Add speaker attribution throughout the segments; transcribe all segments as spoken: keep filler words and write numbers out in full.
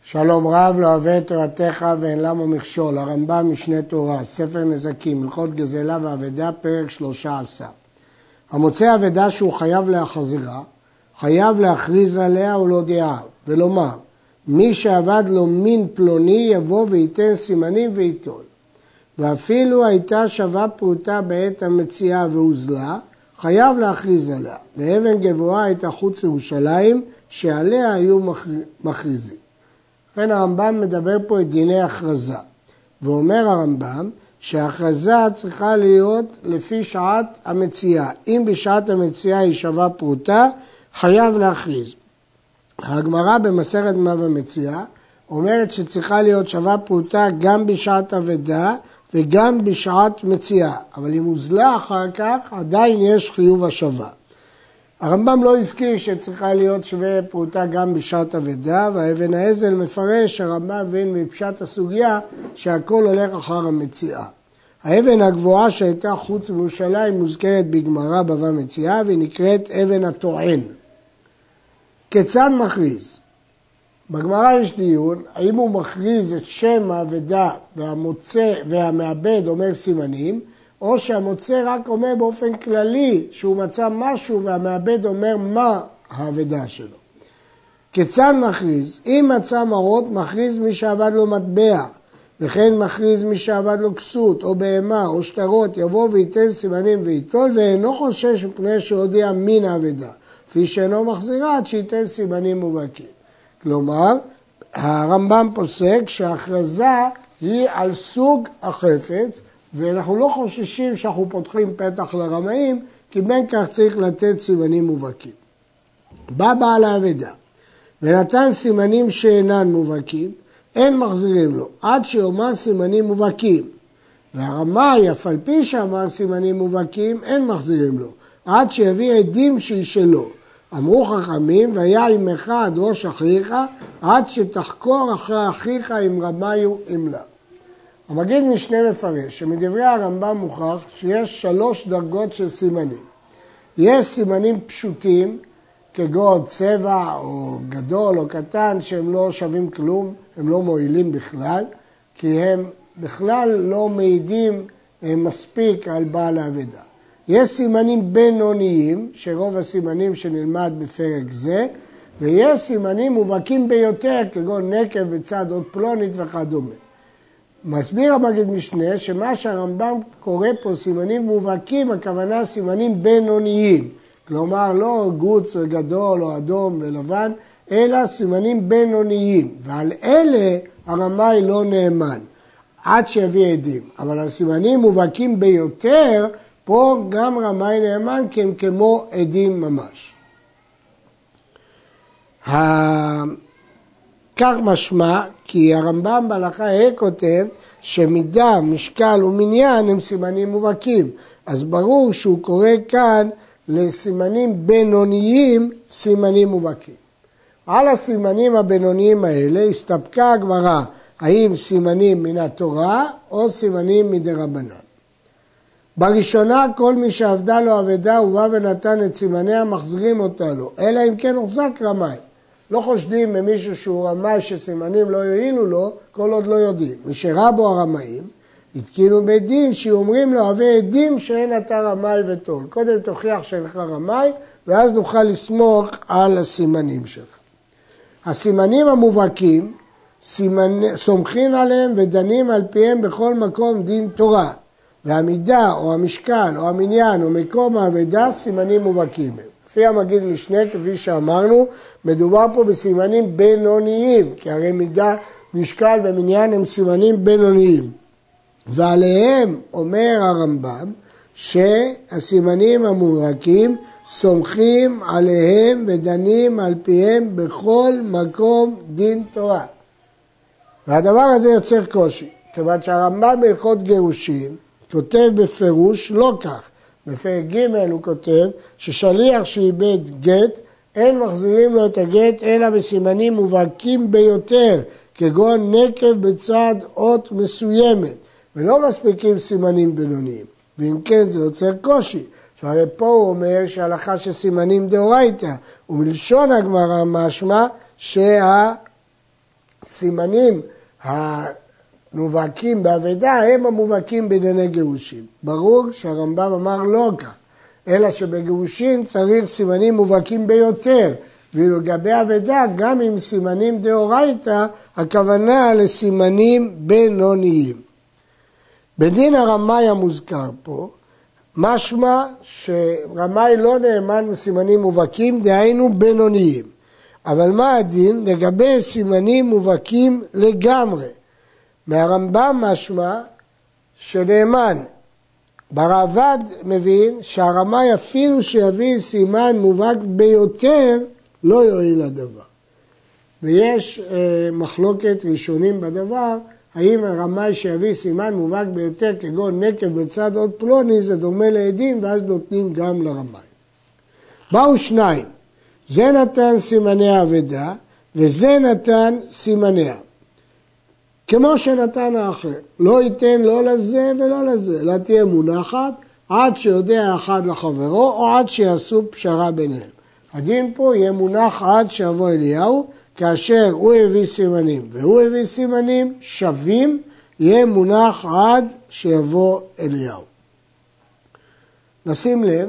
Speaker 1: שלום רב, לא אוהב את תורתך ואין למה מכשול. הרמב"ם משנה תורה, ספר נזקים, הלכות גזלה ואבדה, פרק שלושה עשר. המוצא אבדה שהוא חייב להחזירה, חייב להכריז עליה ולהודיעה, ולומר, מי שעבד לו מין פלוני יבוא וייתן סימנים וייטול. ואפילו הייתה שווה פרוטה בעת המציאה והוזלה, חייב להכריז עליה. ואבן גבוהה הייתה חוץ ירושלים, שעליה היו מכריזים. לכן הרמב"ם מדבר פה את דיני הכרזה, ואומר הרמב"ם שההכרזה צריכה להיות לפי שעת המציאה. אם בשעת המציאה היא שווה פרוטה, חייב להכריז. הגמרא במסכת בבא מציעא אומרת שצריכה להיות שווה פרוטה גם בשעת אבדה וגם בשעת מציאה, אבל אם הוזלה אחר כך עדיין יש חיוב השווה. הרמב"ם לא הזכיר שצריכה להיות שווה פרוטה גם בשעת אבדה, והאבן העזל מפרש הרמב"ם מבין מפשט הסוגיה שהכל הולך אחר המציאה. האבן הגבוהה שהייתה חוץ מירושלים מוזכרת בגמרא בבא מציעא והיא נקראת אבן הטוען. כיצד מכריז? בגמרא יש דיון האם הוא מכריז את שם האבדה והמוצא והמעבד אומר סימנים, או שהמוצא רק אומר באופן כללי שהוא מצא משהו והמעבד אומר מה האבדה שלו. כיצד מכריז? אם מצא מרות, מכריז מי שעבד לו מטבע, וכן מכריז מי שעבד לו כסות או בהמה או שטרות, יבוא וייתן סימנים וייטול, ואינו חושש מפני שהודיע מין האבדה, כפי שאינו מחזירה עד שייתן סימנים מובהקים. כלומר, הרמב"ם פוסק שההכרזה היא על סוג החפץ, ואנחנו לא חוששים שאנחנו פותחים פתח לרמאים, כי בין כך צריך לתת סימנים מובהקים. בא בעל האבדה ונתן סימנים שאינן מובהקים, אין מחזירים לו, עד שיאמר סימנים מובהקים. והרמאי, אף על פי שאמר סימנים מובהקים, אין מחזירים לו, עד שיביא עדים שהיא שלו. אמרו חכמים, והיה עמך עד ראש אחיך, עד שתחקור אחרי אחיך אם רמאיו אם לה. המגיד משנה מפרש שמדברי הרמב"ם מוכח שיש שלוש דרגות של סימנים. יש סימנים פשוטים, כגון צבע או גדול או קטן, שהם לא שווים כלום, הם לא מועילים בכלל, כי הם בכלל לא מעידים מספיק על בעל האבדה. יש סימנים בינוניים, שרוב הסימנים שנלמד בפרק זה, ויש סימנים מובהקים ביותר, כגון נקב בצד עוד פלונית וכדומה. מסביר המגיד משנה שמה שהרמב"ם קורא פה סימנים מובהקים, הכוונה סימנים בינוניים. כלומר לא גוץ גדול או אדום ולבן, אלא סימנים בינוניים. ועל אלה הרמאי לא נאמן, עד שיביא עדים. אבל הסימנים מובהקים ביותר, פה גם רמאי נאמן כי הם כמו עדים ממש. כך משמע, כי הרמב"ם בהלכה ה' כותב שמידה, משקל ומניין הם סימנים מובהקים. אז ברור שהוא קורא כאן לסימנים בינוניים סימנים מובהקים. על הסימנים הבינוניים האלה הסתפקה הגמרא האם סימנים מן התורה או סימנים מדרבנן. בראשונה כל מי שעבדה לו אבדה ובא ונתן את סימניה מחזירים אותה לו, אלא אם כן הוחזק רמאי. לא חושדים ממישהו שהוא רמאי שסימנים לא יועילו לו, כל עוד לא יודעים. משרה בו הרמאים, התקינו בית דין שאומרים לו, הבא עדים שאין אתה רמאי וטול. קודם תוכיח שאינך רמאי, ואז נוכל לסמוך על הסימנים שלך. הסימנים המובהקים, סימנ... סומכים עליהם ודנים על פיהם בכל מקום דין תורה. והמידה או המשקל או המניין או מקום האבדה, סימנים מובהקים הם. לפי המגיד משנה, כפי שאמרנו, מדובר פה בסימנים בינוניים, כי הרי מידה, משקל ומניין הם סימנים בינוניים. ועליהם אומר הרמב"ם שהסימנים המובהקים סומכים עליהם ודנים על פיהם בכל מקום דין תורה. והדבר הזה יוצר קושי, כיוון שהרמב"ם בהלכות גירושים כותב בפירוש לא כך. בפרק ג' הוא כותב ששליח שאיבד גט, אין מחזירים לו את הגט אלא בסימנים מובהקים ביותר, כגון נקב בצד אות מסוימת, ולא מספיקים סימנים בינוניים. ואם כן זה יוצר קושי, שהרי פה הוא אומר שההלכה של סימנים דאורייתא, ומלשון הגמרא משמע הסימנים המובהקים באבדה הם המובהקים בענייני גירושין. ברור שהרמב"ם אמר לא כך, אלא שבגירושין צריך סימנים מובהקים ביותר, ולגבי אבדה גם עם סימנים דאורייתא, הכוונה לסימנים בינוניים. בדין הרמאי המוזכר פה, משמע שרמאי לא נאמן מסימנים מובהקים, דהיינו בינוניים. אבל מה הדין לגבי סימנים מובהקים לגמרי? מהרמב"ם משמע שנאמן. ברעב"ד מבין שהרמאי אפילו שיביא סימן מובהק ביותר, לא יועיל הדבר. ויש אה, מחלוקת ראשונים בדבר, האם הרמאי שיביא סימן מובהק ביותר כגון נקב בצד עוד פלוני, זה דומה לעדים ואז נותנים גם לרמאי. באו שניים, זה נתן סימני האבדה וזה נתן סימניה. כמו שנתן האחר, לא ייתן לא לזה ולא לזה, אלא תהיה מונחת עד שיודע האחד לחברו או עד שיעשו פשרה ביניהם. הדין פה יהיה מונח עד שיבוא אליהו, כאשר הוא הביא סימנים והוא הביא סימנים שווים, יהיה מונח עד שיבוא אליהו. נשים לב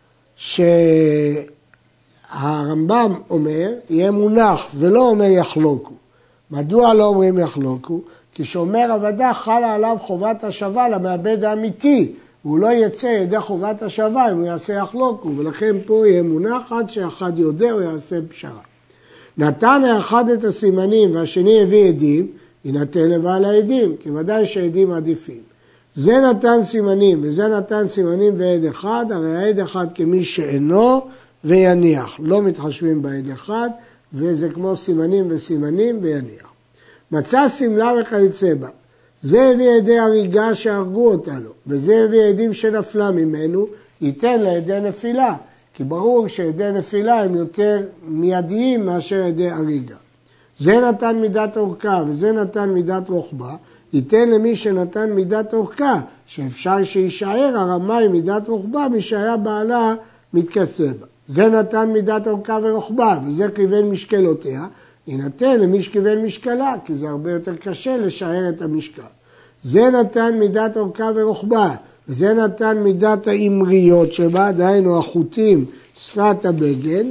Speaker 1: שהרמב"ם אומר יהיה מונח ולא אומר יחלוקו. מדוע לא אומרים יחלוקו? כי שאומר עבדה חלה עליו חובת השווה למעבד האמיתי, והוא לא יצא ידי חובת השווה אם הוא יעשה יחלוקו, ולכן פה יהיה מונח עד שאחד יודע או יעשה פשרה. נתן האחד את הסימנים והשני הביא עדים, ינתן לבעל העדים, כי ודאי שהעדים עדיפים. זה נתן סימנים וזה נתן סימנים ועד אחד, הרי העד אחד כמי שאינו ויניח. לא מתחשבים בעד אחד, וזה כמו סימנים וסימנים ויניח. מצא סמלה וכיוצא בה. זה הביא עדי הריגה שהרגו אותה לו, וזה הביא עדים שנפלה ממנו, ייתן לעדי נפילה. כי ברור שעדי נפילה הם יותר מיידיים מאשר עדי הריגה. זה נתן מידת אורכה וזה נתן מידת רוחבה, ייתן למי שנתן מידת אורכה, שאפשר שישאר הרמאי מידת רוחבה, מי שהיה בעלה מתכסה בה. זה נתן מידת אורכה ורוחבה, וזה כיוון משקלותיה, ינתן למי שכיוון משקלה, כי זה הרבה יותר קשה לשער את המשקל. זה נתן מידת אורכה ורוחבה, וזה נתן מידת האמריות שבה, דהיינו החוטים, שפת הבגד,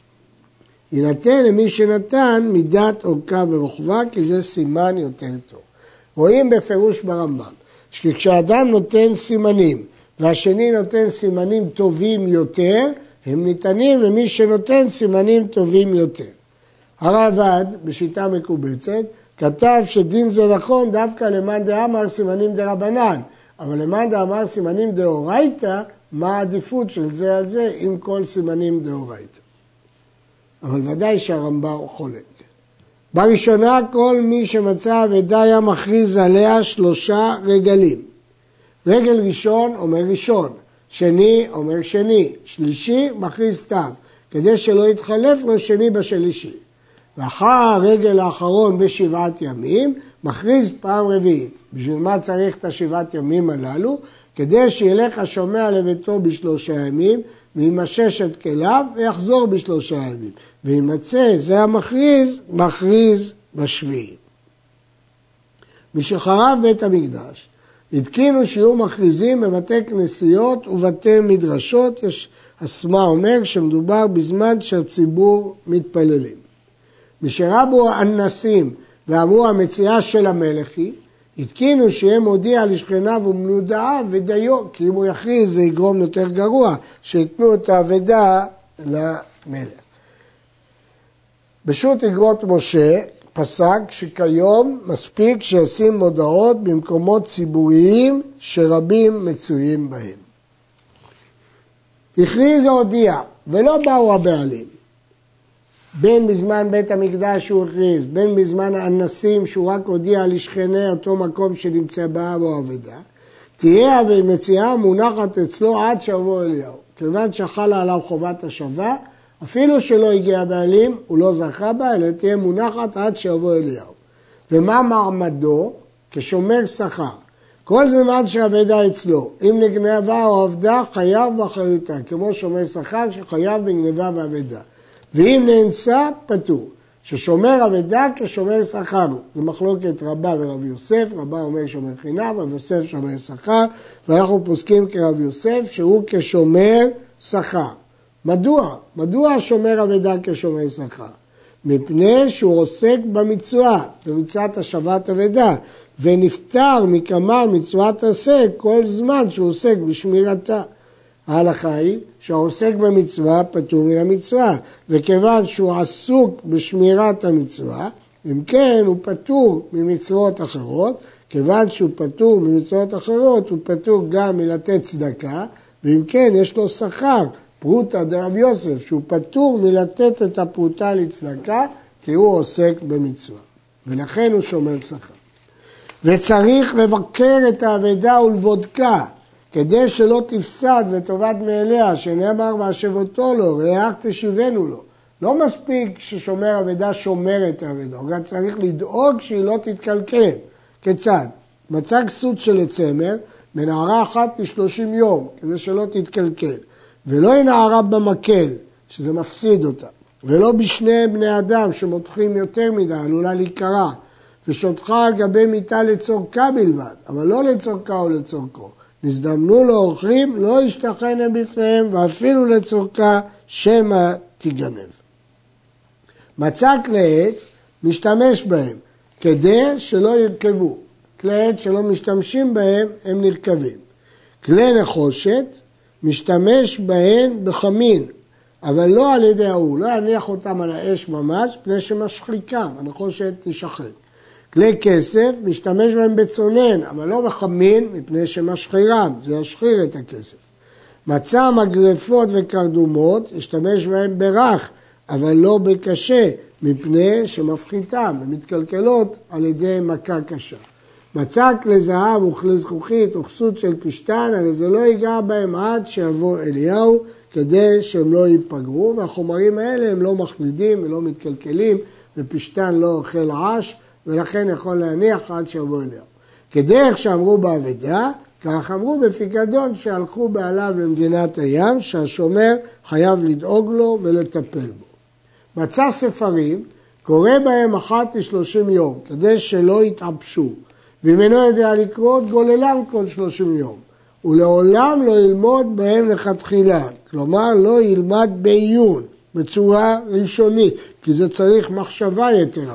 Speaker 1: ינתן למי שנתן מידת אורכה ורוחבה, כי זה סימן יותר טוב. רואים בפירוש ברמב"ם, שכשאדם נותן סימנים, והשני נותן סימנים טובים יותר, הם ניתנים למי שנותן סימנים טובים יותר. הרעב"ד, בשיטה מקובצת, כתב שדין זה נכון דווקא למאן דאמר סימנים דרבנן, אבל למאן דאמר סימנים דאורייתא, מה העדיפות של זה על זה עם כל סימנים דאורייתא. אבל ודאי שהרמב"ם חולק. בראשונה כל מי שמצא אבדה היה מכריז עליה שלושה רגלים. רגל ראשון אומר ראשון, שני אומר שני, שלישי מכריז תו, כדי שלא יתחלף לו שני בשלישי. ואחר הרגל האחרון בשבעת ימים, מכריז פעם רביעית. בשביל מה צריך את השבעת ימים הללו? כדי שילך השומע לביתו בשלושה ימים, וימשש את כליו ויחזור בשלושה ימים. וימצא זה המכריז, מכריז בשביעי. משחרב בית המקדש, התקינו שיהיו מכריזים בבתי כנסיות ובתי מדרשות. יש הסמה אומר שמדובר בזמן שהציבור מתפללים. משרבו האנסים ואמרו המציאה של המלך היא, התקינו שיהיה מודיע לשכניו ומנודעיו ודיו, כי אם הוא יכריז זה יגרום יותר גרוע, שיתנו את האבדה למלך. בשו"ת אגרות משה פסק שכיום מספיק שישים מודעות במקומות ציבוריים שרבים מצויים בהם. הכריז והודיע ולא באו הבעלים. בין בזמן בית המקדש שהוא הכריז, בין בזמן האנסים שהוא רק הודיע לשכני אותו מקום שנמצא באב או אבדה, תהיה המציאה מונחת אצלו עד שיבוא אליהו. כיוון שחלה עליו חובת השווה, אפילו שלא הגיע בעלים, הוא לא זכה בה, אלא תהיה מונחת עד שיבוא אליהו. ומה מעמדו? כשומר שכר. כל זמן שהאבדה אצלו, אם נגנבה או עבדה, חייב באחריותה, כמו שומר שכר שחייב בגנבה ואבדה. ואם נאנסה, פטור. ששומר אבדה כשומר שכר. זה מחלוקת רבה ורב יוסף, רבה אומר שומר חינם, רב יוסף שומר שכר, ואנחנו פוסקים כרב יוסף שהוא כשומר שכר. מדוע? מדוע שומר אבדה כשומר שכר? מפני שהוא עוסק במצווה, במצוות השבת אבדה, ונפטר מכמה מצוות עשה כל זמן שהוא עוסק בשמירתה. ההלכה היא שהעוסק במצווה פטור מן המצווה, וכיוון שהוא עסוק בשמירת המצווה, אם כן הוא פטור ממצוות אחרות, כיוון שהוא פטור ממצוות אחרות הוא פטור גם מלתת צדקה, ואם כן יש לו שכר, פרוטה דרב יוסף, שהוא פטור מלתת את הפרוטה לצדקה, כי הוא עוסק במצווה, ולכן הוא שומר שכר. וצריך לבקר את האבדה ולבודקה, כדי שלא תפסד ותאבד מאליה, שנאמר והשבותו לו, ריח תשיבנו לו. לא מספיק ששומר אבדה שומר את האבדה, הוא גם צריך לדאוג שהיא לא תתקלקל. כיצד? מצא כסות של צמר, בנערה אחת לשלושים יום, כדי שלא תתקלקל. ולא ינערה במקל, שזה מפסיד אותה. ולא בשני בני אדם שמותחים יותר מדי, עלולה להיקרע. ושותחה על גבי מיטה לצורכה בלבד, אבל לא לצורכה או לצורכו. נזדמנו לאורחים, לא ישתחנה בפניהם, ואפילו לצורכה שמא תיגנב. מצא כלי עץ, משתמש בהם, כדי שלא ירכבו. כלי עץ שלא משתמשים בהם, הם נרכבים. כלי נחושת, משתמש בהם בחמין, אבל לא על ידי ההוא, לא יניח אותם על האש ממש, פני שמשחיקם, הנחושת תשחק. כלי כסף, משתמש בהם בצונן, אבל לא בחמין, מפני שמשחירם, זה ישחיר את הכסף. מצא מגרפות וקרדומות, משתמש בהם ברך, אבל לא בקשה, מפני שמפחיתם, הם מתקלקלות על ידי מכה קשה. מצא כלי זהב וכלי זכוכית וכסות של פשטן, הרי זה לא ייגע בהם עד שיבוא אליהו, כדי שהם לא ייפגעו, והחומרים האלה הם לא מחלידים ולא מתקלקלים, ופשטן לא אוכל עש, ולכן יכול להניח עד שיבוא אליהו. כדרך שאמרו באבדה, כך אמרו בפיקדון שהלכו בעליו למדינת הים, שהשומר חייב לדאוג לו ולטפל בו. מצא ספרים, קורא בהם אחת לשלושים יום, כדי שלא יתעבשו, ואם אינו יודע לקרוא, גוללם כל שלושים יום, ולעולם לא ילמוד בהם לכתחילה, כלומר לא ילמד בעיון, בצורה ראשונית, כי זה צריך מחשבה יתרה.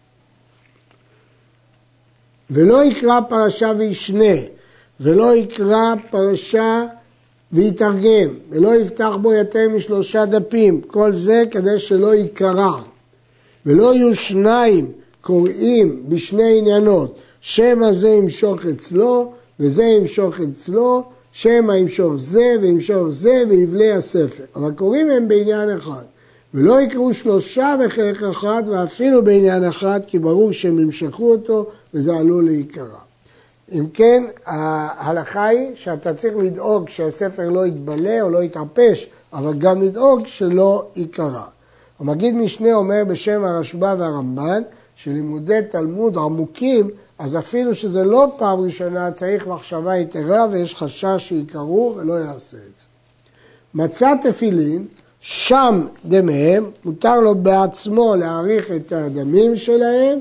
Speaker 1: ולא יקרא פרשה וישנה, ולא יקרא פרשה ויתרגם, ולא יפתח בו יותר משלושה דפים, כל זה כדי שלא יקרא. ולא יהיו שניים קוראים בשני עניינות, שמא זה ימשוך אצלו, וזה ימשוך אצלו, שמא ימשוך זה וימשוך זה, ויבלה הספר. אבל קוראים הם בעניין אחד. ולא יקראו שלושה בכרך אחד, ואפילו בעניין אחד, כי ברור שהם ימשכו אותו, וזה עלול להיקרא. אם כן, ההלכה היא שאתה צריך לדאוג שהספר לא יתבלה או לא יתעפש, אבל גם לדאוג שלא ייקרא. המגיד משנה אומר בשם הרשב"א והרמב"ן, שלימודי תלמוד עמוקים, אז אפילו שזה לא פעם ראשונה, צריך מחשבה יתרה, ויש חשש שיקראו ולא יעשה את זה. מצא תפילין, שם דמיהם, מותר לו בעצמו להעריך את הדמים שלהם,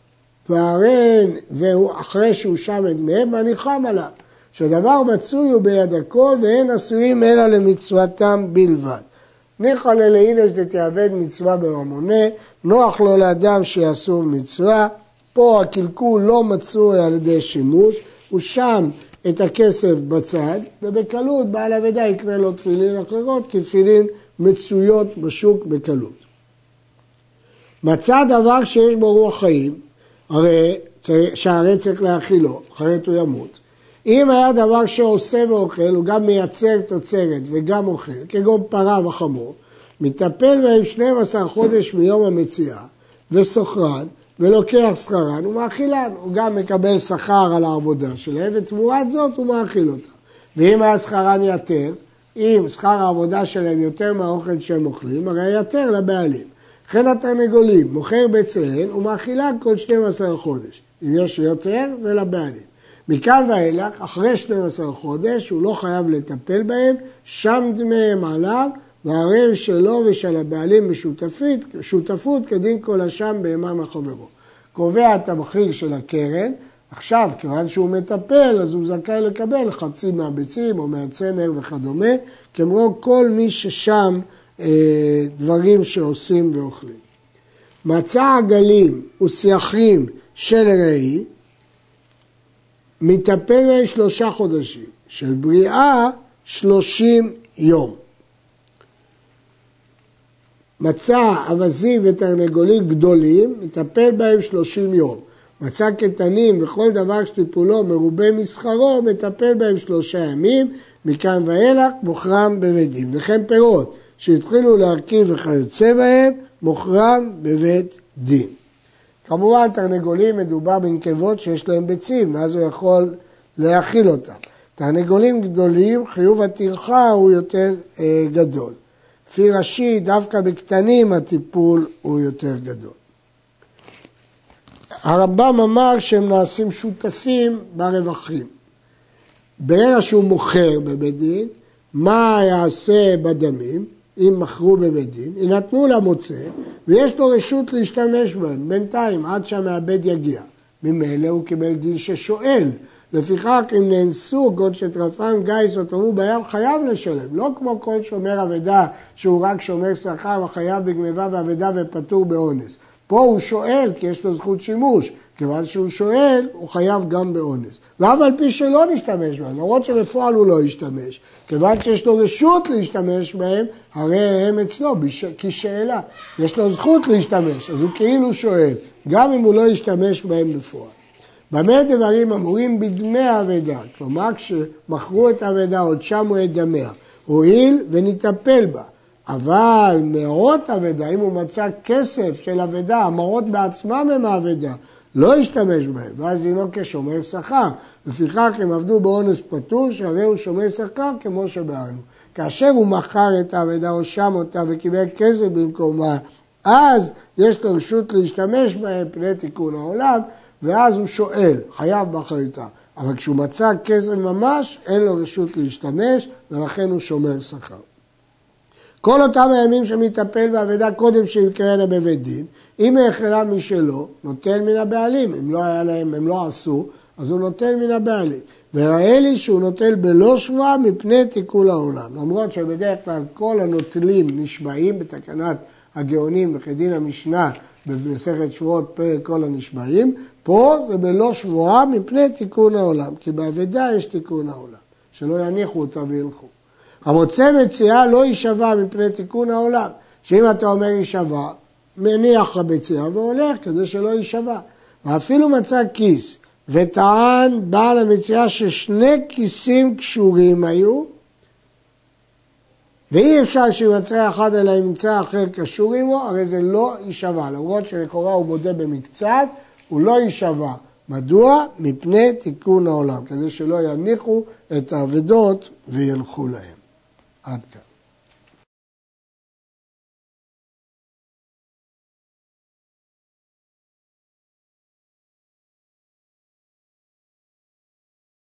Speaker 1: ואחרי שהוא שם את דמיהם, מניחם עליו. שדבר מצוי הוא ביד הכל, ואין עשויים אלא למצוותם בלבד. ניחא ללאינש דתיעבד מצווה ברמונה, נוח לו לאדם שיעשו מצווה, פה הקלקול לא מצוי על ידי שימוש, הוא שם את הכסף בצד, ובקלות בעל אבדה יקנה לו תפילין אחרות, כי תפילין מצויות בשוק בקלות. מצא דבר שיש בו רוח חיים, הרי שהרי צריך להאכילו, אחרת הוא ימות. אם היה דבר שעושה ואוכל, הוא גם מייצר תוצרת וגם אוכל, כגון פרה וחמור, מטפל בהם שנים עשר חודש מיום המציאה, וסוחרן, ולוקח שכרן, הוא מאכילן, הוא גם מקבל שכר על העבודה שלהם, ותמורת זאת הוא מאכיל אותה. ואם היה שכרן יתר, אם שכר העבודה שלהם יותר מהאוכל שהם אוכלים, הרי יתר לבעלים. לכן התרנגולים, מוכר ביציהן, הוא מאכילן כל שנים עשר חודש. אם יש יותר, זה לבעלים. מכאן ואילך, אחרי שנים עשר חודש, הוא לא חייב לטפל בהם, שם דמיהם עליו, והערב שלו ושל הבעלים בשותפות כדין כל אשם בהמה מחברו. קובע את המחיר של הקרן, עכשיו כיוון שהוא מטפל אז הוא זכאי לקבל חצי מהביצים או מהצמר וכדומה, כמו כל מי ששם אה, דברים שעושים ואוכלים. מצא עגלים וסייחים של רעי, מטפל בהם שלושה חודשים, של בריאה שלושים יום. מצא אבזים ותרנגולים גדולים, מטפל בהם שלושים יום. מצא קטנים וכל דבר שטיפולו מרובה מסחרו, מטפל בהם שלושה ימים, מכאן ואילך מוכרם בבית דין. וכן פירות שהתחילו להרכיב וכיוצא בהם, מוכרם בבית דין. כמובן תרנגולים מדובר בנקבות שיש להם ביצים, ואז הוא יכול להאכיל אותם. תרנגולים גדולים, חיוב הטרחה הוא יותר אה, גדול. לפי רש"י, דווקא בקטנים הטיפול הוא יותר גדול. הרמב"ם אמר שהם נעשים שותפים ברווחים. ברגע שהוא מוכר בבית דין, מה יעשה בדמים? אם מכרו בבית דין, ינתנו למוצא, ויש לו רשות להשתמש בהם, בינתיים, עד שהמעבד יגיע. ממילא הוא קיבל דין ששואל. לפיכך, אם נאנסו גוד שטרפם גייס או תראו בים, חייב לשלם. לא כמו כל שומר אבדה, שהוא רק שומר שכר, וחייב בגניבה ואבדה ופטור באונס. פה הוא שואל, כי יש לו זכות שימוש. כיוון שהוא שואל, הוא חייב גם באונס. ואף על פי שלא נשתמש בהם, למרות שבפועל הוא לא ישתמש. כיוון שיש לו רשות להשתמש בהם, הרי הם אצלו, כשאלה. יש לו זכות להשתמש, אז הוא כאילו שואל, גם אם הוא לא ישתמש בהם בפועל. במה דברים אמורים בדמי האבדה, כלומר כשמכרו את האבדה עוד שמו את דמיה, הועיל ונטפל בה. אבל מאות אבדה, אם הוא מצא כסף של אבדה, המעות בעצמם הם האבדה, לא ישתמש בהם, ואז דינו כשומר שכר. לפיכך הם עבדו באונס פטור, שהרי הוא שומר שכר כמו שבארנו. כאשר הוא מכר את האבדה או שם אותה וקיבל כסף במקומה, אז יש לו רשות להשתמש בהם פני תיקון העולם, ואז הוא שואל, חייב באחריותה. אבל כשהוא מצא כסף ממש, אין לו רשות להשתמש, ולכן הוא שומר שכר. כל אותם הימים שמטפל באבדה קודם שימכרנה בבית דין, אם האחרה משלו, נותן מן הבעלים. אם לא היה להם, הם לא עשו, אז הוא נותן מן הבעלים. וראה לי שהוא נוטל בלא שבועה מפני תיקון העולם. למרות שבדרך כלל כל הנוטלים נשבעים בתקנת הגאונים וכדין המשנה במסכת שבועות פרק כל הנשבעים, פה זה בלא שבועה מפני תיקון העולם, כי באבדה יש תיקון העולם, שלא יניחו אותה וילכו. המוצא מציאה לא יישבע מפני תיקון העולם, שאם אתה אומר יישבע, מניח המציאה והולך כדי שלא יישבע. ואפילו מצא כיס, וטען בעל המציאה ששני כיסים קשורים היו, ואי אפשר שימצא אחד אלא ימצא אחר קשור עמו, הרי זה לא יישבע. למרות שלכאורה הוא מודה במקצת, הוא לא יישבע. מדוע? מפני תיקון העולם, כדי שלא יניחו את האבדות וילכו להם. עד כאן.